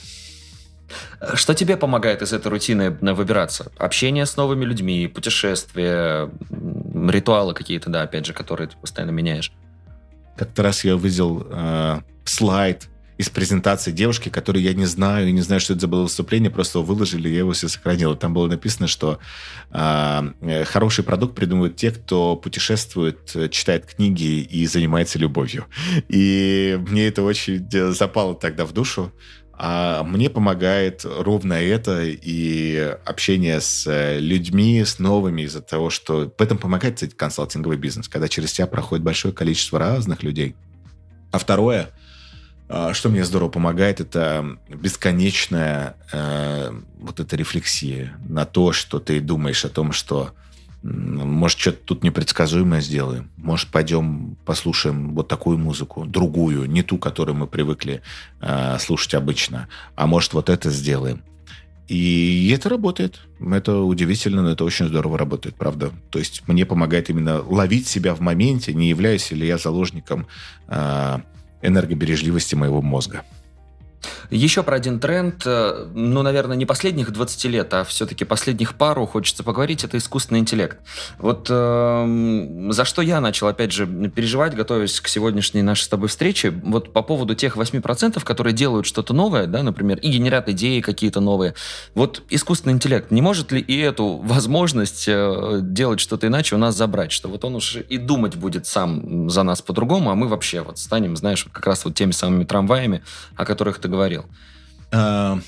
Что тебе помогает из этой рутины выбираться? Общение с новыми людьми, путешествия, ритуалы какие-то, да, опять же, которые ты постоянно меняешь? Как-то раз я увидел слайд из презентации девушки, которую я не знаю, что это за было выступление, просто его выложили, я его все сохранил. Там было написано, что хороший продукт придумывают те, кто путешествует, читает книги и занимается любовью. И мне это очень запало тогда в душу. А мне помогает ровно это и общение с людьми, с новыми, из-за того, что в этом помогает, кстати, консалтинговый бизнес, когда через тебя проходит большое количество разных людей. А второе, что мне здорово помогает, это бесконечная вот эта рефлексия на то, что ты думаешь о том, что может, что-то тут непредсказуемое сделаем. Может, пойдем послушаем вот такую музыку, другую, не ту, которую мы привыкли слушать обычно. А может, вот это сделаем. И это работает. Это удивительно, но это очень здорово работает, правда. То есть мне помогает именно ловить себя в моменте, не являюсь ли я заложником энергобережливости моего мозга. Еще про один тренд, наверное, не последних 20 лет, а все-таки последних пару хочется поговорить, это искусственный интеллект. Вот за что я начал, опять же, переживать, готовясь к сегодняшней нашей с тобой встрече, вот по поводу тех 8%, которые делают что-то новое, да, например, и генерят идеи какие-то новые. Вот искусственный интеллект, не может ли и эту возможность делать что-то иначе у нас забрать, что вот он уж и думать будет сам за нас по-другому, а мы вообще вот станем, знаешь, как раз вот теми самыми трамваями, о которых ты говорил. Я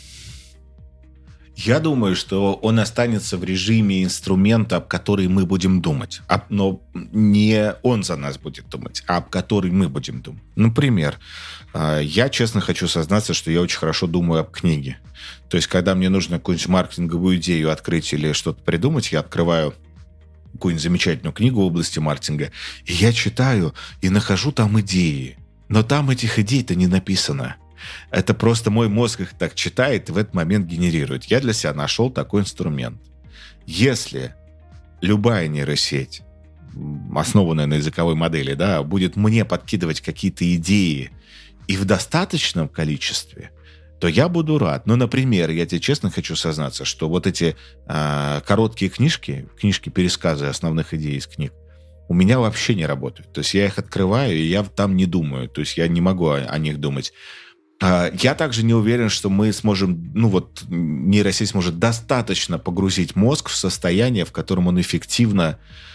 думаю, что он останется в режиме инструмента, об который мы будем думать. Но не он за нас будет думать, а об который мы будем думать. Например, я честно хочу сознаться, что я очень хорошо думаю об книге. То есть, когда мне нужно какую-нибудь маркетинговую идею открыть или что-то придумать, я открываю какую-нибудь замечательную книгу в области маркетинга, и я читаю и нахожу там идеи. Но там этих идей-то не написано. Это просто мой мозг их так читает и в этот момент генерирует. Я для себя нашел такой инструмент. Если любая нейросеть, основанная на языковой модели, да, будет мне подкидывать какие-то идеи и в достаточном количестве, то я буду рад. Ну, например, я тебе честно хочу сознаться, что вот эти короткие книжки-пересказы основных идей из книг, у меня вообще не работают. То есть я их открываю, и я там не думаю. То есть я не могу о них думать. Я также не уверен, что мы сможем, нейросеть сможет достаточно погрузить мозг в состояние, в котором он эффективно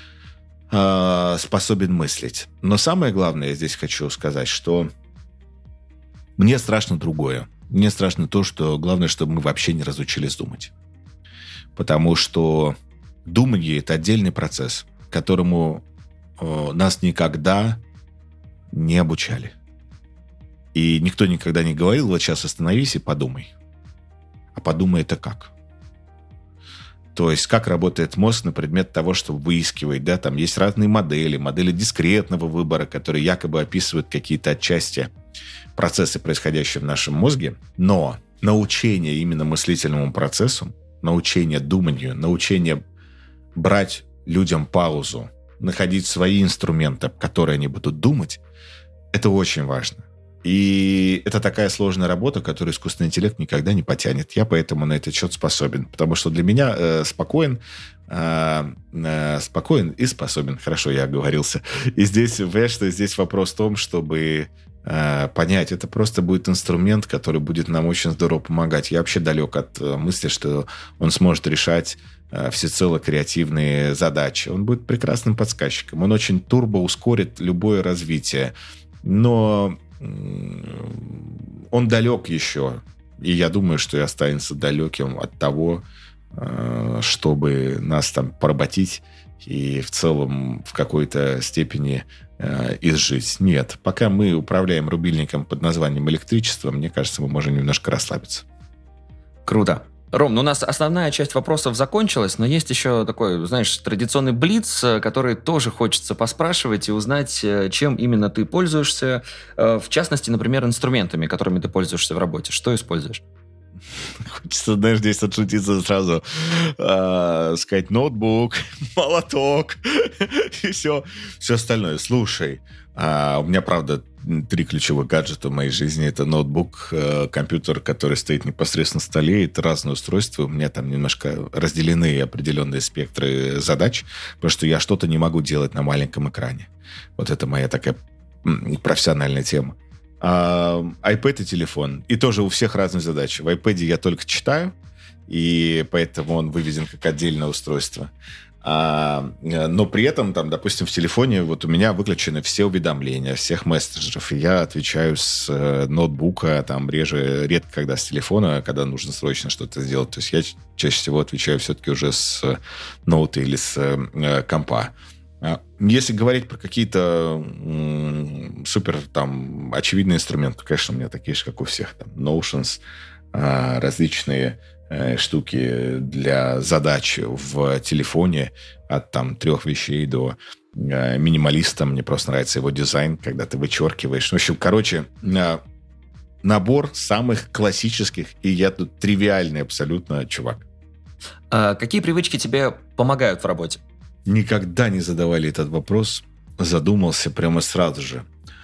способен мыслить. Но самое главное, я здесь хочу сказать, что мне страшно другое. Мне страшно то, что главное, чтобы мы вообще не разучились думать. Потому что думание – это отдельный процесс. которому нас никогда не обучали. И никто никогда не говорил, вот сейчас остановись и подумай. А подумай это как? То есть, как работает мозг на предмет того, что выискивает, да, там есть разные модели дискретного выбора, которые якобы описывают какие-то отчасти процессы, происходящие в нашем мозге, но научение именно мыслительному процессу, научение думанию, научение брать людям паузу, находить свои инструменты, которые они будут думать, это очень важно. И это такая сложная работа, которую искусственный интеллект никогда не потянет. Я поэтому на этот счет способен. Потому что для меня спокоен и способен. Хорошо, я оговорился. И здесь, понимаешь, что здесь вопрос в том, чтобы понять, это просто будет инструмент, который будет нам очень здорово помогать. Я вообще далек от мысли, что он сможет решать всецело креативные задачи. Он будет прекрасным подсказчиком. Он очень турбо ускорит любое развитие. Но он далек еще. И я думаю, что и останется далеким от того, чтобы нас там поработить и в целом в какой-то степени изжить. Нет. Пока мы управляем рубильником под названием электричество, мне кажется, мы можем немножко расслабиться. Круто. Ром, ну у нас основная часть вопросов закончилась, но есть еще такой, знаешь, традиционный блиц, который тоже хочется поспрашивать и узнать, чем именно ты пользуешься, в частности, например, инструментами, которыми ты пользуешься в работе. Что используешь? Хочется, знаешь, здесь отшутиться сразу, сказать ноутбук, молоток и все остальное. Слушай, у меня, правда, 3 ключевых гаджета в моей жизни. Это ноутбук, компьютер, который стоит непосредственно на столе. Это разные устройства. У меня там немножко разделены определенные спектры задач, потому что я что-то не могу делать на маленьком экране. Вот это моя такая профессиональная тема. iPad и телефон. И тоже у всех разные задачи. В iPad я только читаю, и поэтому он выведен как отдельное устройство. Но при этом, там, допустим, в телефоне вот у меня выключены все уведомления всех мессенджеров, и я отвечаю с ноутбука, там, редко когда с телефона, когда нужно срочно что-то сделать. То есть я чаще всего отвечаю все-таки уже с ноута или с компа. Если говорить про какие-то супер там очевидные инструменты, то, конечно, у меня такие же, как у всех. Там, Notions, различные штуки для задач в телефоне от там 3 вещей до минималиста. Мне просто нравится его дизайн, когда ты вычеркиваешь. В общем, короче, набор самых классических, и я тут тривиальный абсолютно чувак. Какие привычки тебе помогают в работе? Никогда не задавали этот вопрос. Задумался прямо сразу же.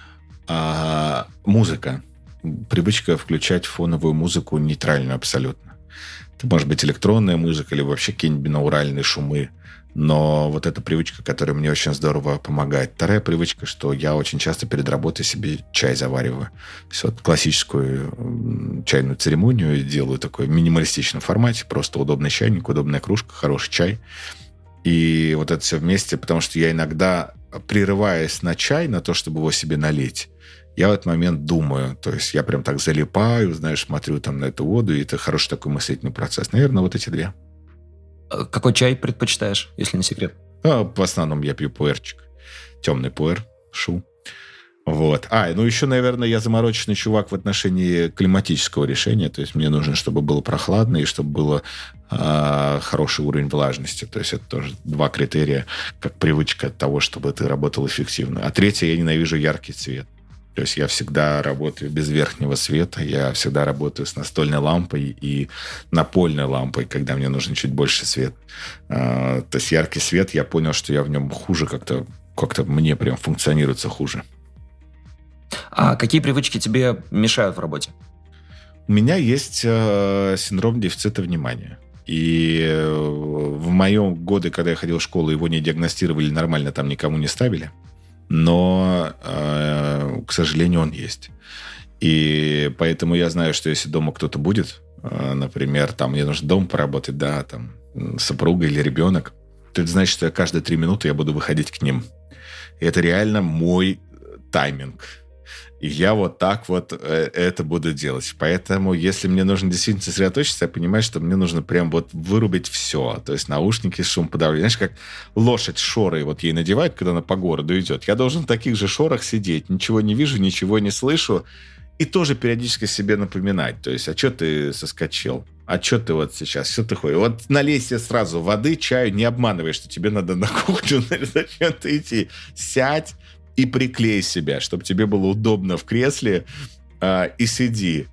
Музыка. Привычка включать фоновую музыку нейтральную абсолютно. Это может быть электронная музыка или вообще какие-нибудь бинауральные шумы. Но вот эта привычка, которая мне очень здорово помогает. Вторая привычка, что я очень часто перед работой себе чай завариваю. То есть вот классическую чайную церемонию делаю такой в минималистичном формате. Просто удобный чайник, удобная кружка, хороший чай. И вот это все вместе, потому что я иногда, прерываясь на чай, на то, чтобы его себе налить, я в этот момент думаю. То есть я прям так залипаю, знаешь, смотрю там на эту воду, и это хороший такой мыслительный процесс. Наверное, вот эти 2. Какой чай предпочитаешь, если не секрет? В основном я пью пуэрчик. Темный пуэр, шу. Вот. Ну еще, наверное, я замороченный чувак в отношении климатического решения. То есть мне нужно, чтобы было прохладно и чтобы было хороший уровень влажности. То есть это тоже 2 критерия, как привычка того, чтобы ты работал эффективно. А 3, я ненавижу яркий цвет. То есть я всегда работаю без верхнего света, я всегда работаю с настольной лампой и напольной лампой, когда мне нужен чуть больше света. То есть яркий свет, я понял, что я в нем хуже как-то мне прям функционируется хуже. А какие привычки тебе мешают в работе? У меня есть синдром дефицита внимания. И в мои годы, когда я ходил в школу, его не диагностировали нормально, там никому не ставили. Но, к сожалению, он есть. И поэтому я знаю, что если дома кто-то будет, например, там мне нужно дома поработать, да, там супруга или ребенок, то это значит, что каждые 3 минуты я буду выходить к ним. И это реально мой тайминг. И я вот так вот это буду делать. Поэтому, если мне нужно действительно сосредоточиться, я понимаю, что мне нужно прям вот вырубить все. То есть наушники, шумоподавление. Знаешь, как лошадь шоры вот ей надевают, когда она по городу идет. Я должен в таких же шорах сидеть. Ничего не вижу, ничего не слышу. И тоже периодически себе напоминать. То есть, а что ты соскочил? А что ты вот сейчас? Что ты ходишь? Вот налей себе сразу воды, чаю, не обманывай, что тебе надо на кухню, зачем ты идти? Сядь и приклей себя, чтобы тебе было удобно в кресле, и сиди.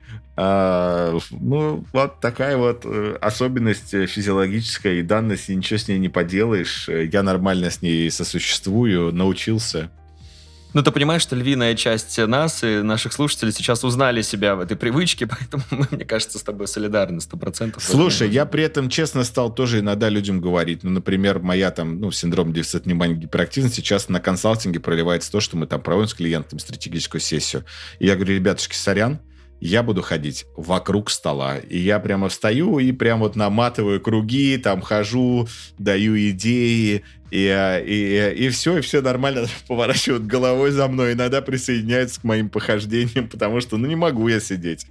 Ну, вот такая вот особенность физиологическая и данность, и ничего с ней не поделаешь. Я нормально с ней сосуществую, научился. Ну, ты понимаешь, что львиная часть нас и наших слушателей сейчас узнали себя в этой привычке, поэтому мы, мне кажется, с тобой солидарны 100%. Слушай, я при этом честно стал тоже иногда людям говорить. Ну, например, моя там, синдром дефицита внимания, гиперактивности часто на консалтинге проливается то, что мы там проводим с клиентами стратегическую сессию. И я говорю, ребятушки, сорян, я буду ходить вокруг стола. И я прямо встаю и прям вот наматываю круги, там хожу, даю идеи, и все нормально поворачивают головой за мной. Иногда присоединяются к моим похождениям, потому что, не могу я сидеть.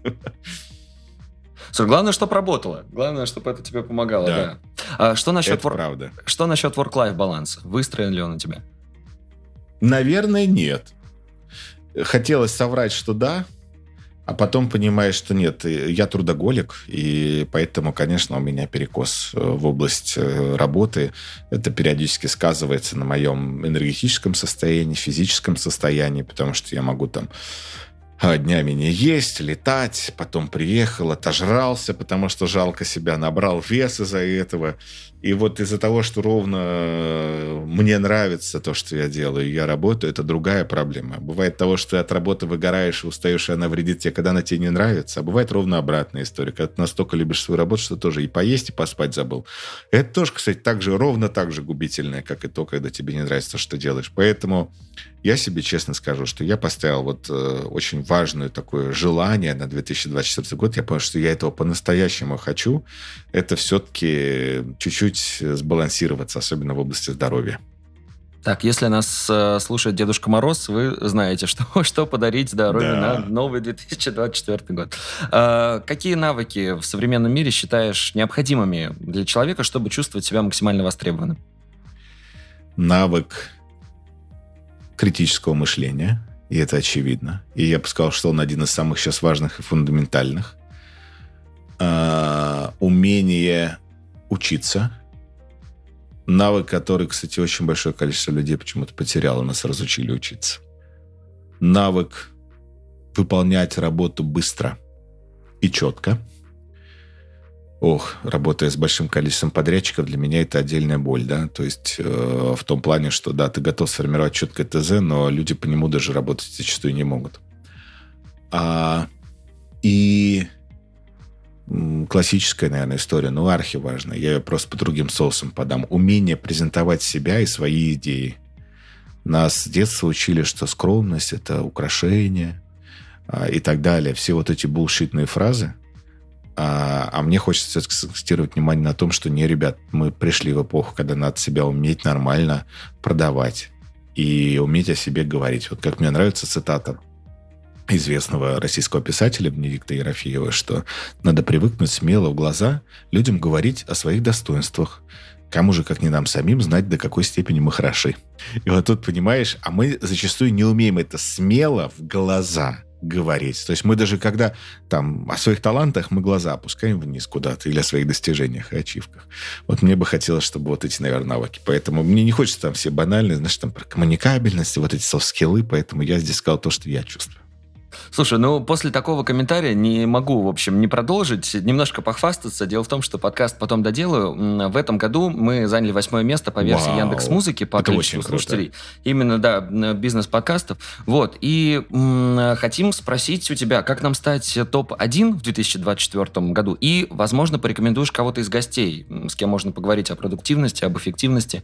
Слушай, главное, чтобы работало. Главное, чтобы это тебе помогало. Да. А что насчет правда. Что насчет work-life баланса? Выстроен ли он у тебя? Наверное, нет. Хотелось соврать, что да, а потом понимаешь, что нет, я трудоголик, и поэтому, конечно, у меня перекос в область работы. Это периодически сказывается на моем энергетическом состоянии, физическом состоянии, потому что я могу там днями не есть, летать, потом приехал, отожрался, потому что жалко себя, набрал вес из-за этого. И вот из-за того, что ровно мне нравится то, что я делаю, я работаю, это другая проблема. Бывает того, что ты от работы выгораешь и устаешь, и она вредит тебе, когда она тебе не нравится. А бывает ровно обратная история, когда ты настолько любишь свою работу, что тоже и поесть, и поспать забыл. Это тоже, кстати, ровно так же губительное, как и то, когда тебе не нравится то, что ты делаешь. Поэтому я себе честно скажу, что я поставил вот очень важное такое желание на 2024 год. Я понял, что я этого по-настоящему хочу. Это все-таки чуть-чуть сбалансироваться, особенно в области здоровья. Так, если нас слушает Дедушка Мороз, вы знаете, что подарить здоровью на новый 2024 год. Какие навыки в современном мире считаешь необходимыми для человека, чтобы чувствовать себя максимально востребованным? Навык критического мышления, и это очевидно. И я бы сказал, что он один из самых сейчас важных и фундаментальных. Умение учиться. Навык, который, кстати, очень большое количество людей почему-то потеряло, нас разучили учиться. Навык выполнять работу быстро и четко. Работая с большим количеством подрядчиков, для меня это отдельная боль, да, то есть в том плане, что, да, ты готов сформировать четкое ТЗ, но люди по нему даже работать зачастую не могут. И классическая, наверное, история, архиважная, я ее просто по другим соусам подам. Умение презентовать себя и свои идеи. Нас с детства учили, что скромность – это украшение и так далее. Все вот эти булшитные фразы. А мне хочется акцентировать внимание на том, что не, ребят, мы пришли в эпоху, когда надо себя уметь нормально продавать и уметь о себе говорить. Вот как мне нравится цитата известного российского писателя Бенедикта Ерофеева, что надо привыкнуть смело в глаза людям говорить о своих достоинствах. Кому же, как не нам самим, знать, до какой степени мы хороши. И вот тут, понимаешь, а мы зачастую не умеем это смело в глаза говорить. То есть мы даже когда там о своих талантах мы глаза опускаем вниз куда-то или о своих достижениях и ачивках. Вот мне бы хотелось, чтобы вот эти, наверное, навыки. Поэтому мне не хочется там все банальные, знаешь, там про коммуникабельность, вот эти софт-скиллы, поэтому я здесь сказал то, что я чувствую. Слушай, после такого комментария не могу, в общем, не продолжить. Немножко похвастаться. Дело в том, что подкаст «Потом доделаю». В этом году мы заняли 8 место по версии Яндекс.Музыки по количеству слушателей. Именно, да, бизнес-подкастов. Вот. И хотим спросить у тебя, как нам стать топ-1 в 2024 году? И, возможно, порекомендуешь кого-то из гостей, с кем можно поговорить о продуктивности, об эффективности?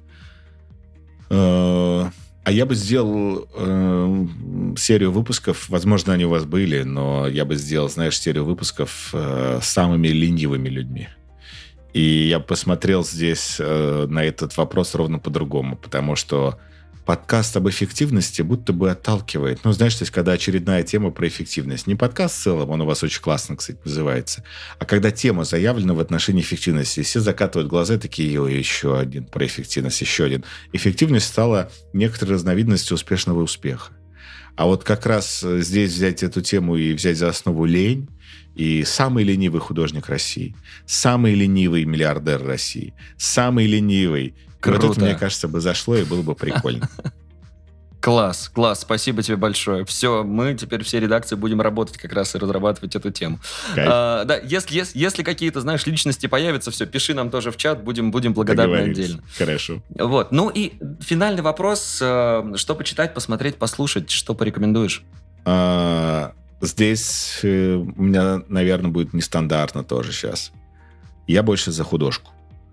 А я бы сделал серию выпусков, возможно, они у вас были, но я бы сделал, знаешь, серию выпусков с самыми ленивыми людьми. И я посмотрел здесь на этот вопрос ровно по-другому, потому что подкаст об эффективности будто бы отталкивает. Ну, знаешь, то есть, когда очередная тема про эффективность. Не подкаст в целом, он у вас очень классно, кстати, называется. А когда тема заявлена в отношении эффективности, все закатывают глаза, такие, ой, еще один про эффективность, еще один. Эффективность стала некоторой разновидностью успешного успеха. А вот как раз здесь взять эту тему и взять за основу лень, и самый ленивый художник России, самый ленивый миллиардер России, самый ленивый. Круто. Вот это, мне кажется, бы зашло и было бы прикольно. Класс, спасибо тебе большое. Все, мы теперь все редакции будем работать как раз и разрабатывать эту тему. Да, если какие-то, знаешь, личности появятся, все, пиши нам тоже в чат, будем благодарны отдельно. Хорошо. Вот, ну и финальный вопрос, что почитать, посмотреть, послушать, что порекомендуешь? Здесь у меня, наверное, будет нестандартно тоже сейчас. Я больше за художку.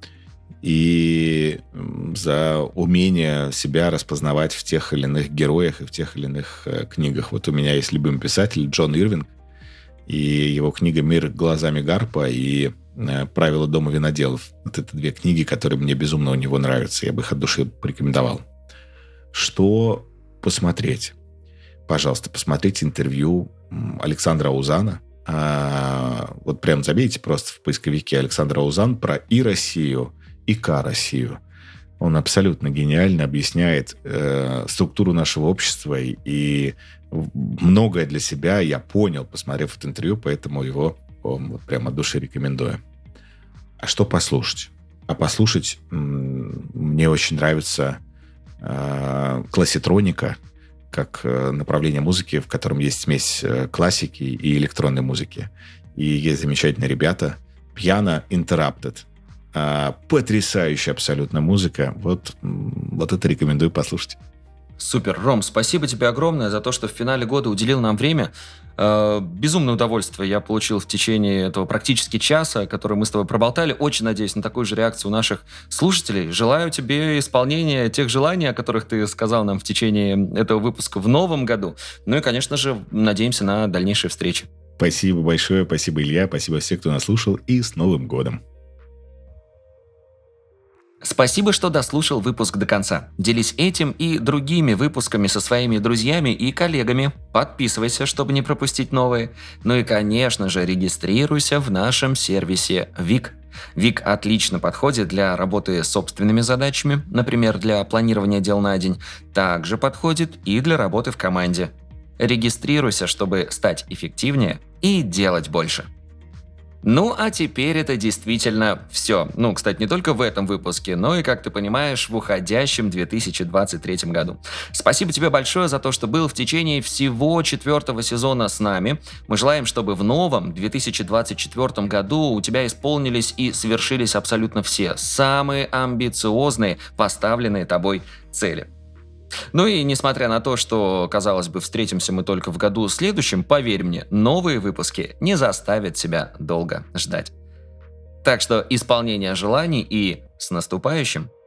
И за умение себя распознавать в тех или иных героях и в тех или иных книгах. Вот у меня есть любимый писатель Джон Ирвинг, и его книга «Мир глазами Гарпа» и «Правила дома виноделов». Вот это две книги, которые мне безумно у него нравятся. Я бы их от души порекомендовал. Что посмотреть? Пожалуйста, посмотрите интервью Александра Аузана. Вот прям забейте просто в поисковике Александр Аузан про и Россию, и К-Россию. Он абсолютно гениально объясняет структуру нашего общества, и многое для себя я понял, посмотрев это интервью, поэтому его вот прямо от души рекомендую. А что послушать? А послушать мне очень нравится класситроника, как направление музыки, в котором есть смесь классики и электронной музыки. И есть замечательные ребята. Piano Interrupted. Потрясающая абсолютно музыка. Вот это рекомендую послушать. Супер, Ром, спасибо тебе огромное за то, что в финале года уделил нам время. Безумное удовольствие я получил в течение этого практически часа, который мы с тобой проболтали. Очень надеюсь на такую же реакцию у наших слушателей. Желаю тебе исполнения тех желаний, о которых ты сказал нам в течение этого выпуска в новом году. Ну и, конечно же, надеемся на дальнейшие встречи. Спасибо большое, спасибо, Илья, спасибо всем, кто нас слушал, и с Новым годом! Спасибо, что дослушал выпуск до конца. Делись этим и другими выпусками со своими друзьями и коллегами. Подписывайся, чтобы не пропустить новые. Ну и, конечно же, регистрируйся в нашем сервисе ВИК. ВИК отлично подходит для работы с собственными задачами, например, для планирования дел на день. Также подходит и для работы в команде. Регистрируйся, чтобы стать эффективнее и делать больше. Ну, а теперь это действительно все. Ну, кстати, не только в этом выпуске, но и, как ты понимаешь, в уходящем 2023 году. Спасибо тебе большое за то, что был в течение всего 4-го сезона с нами. Мы желаем, чтобы в новом 2024 году у тебя исполнились и свершились абсолютно все самые амбициозные поставленные тобой цели. Ну и несмотря на то, что, казалось бы, встретимся мы только в году следующем, поверь мне, новые выпуски не заставят себя долго ждать. Так что исполнение желаний и с наступающим!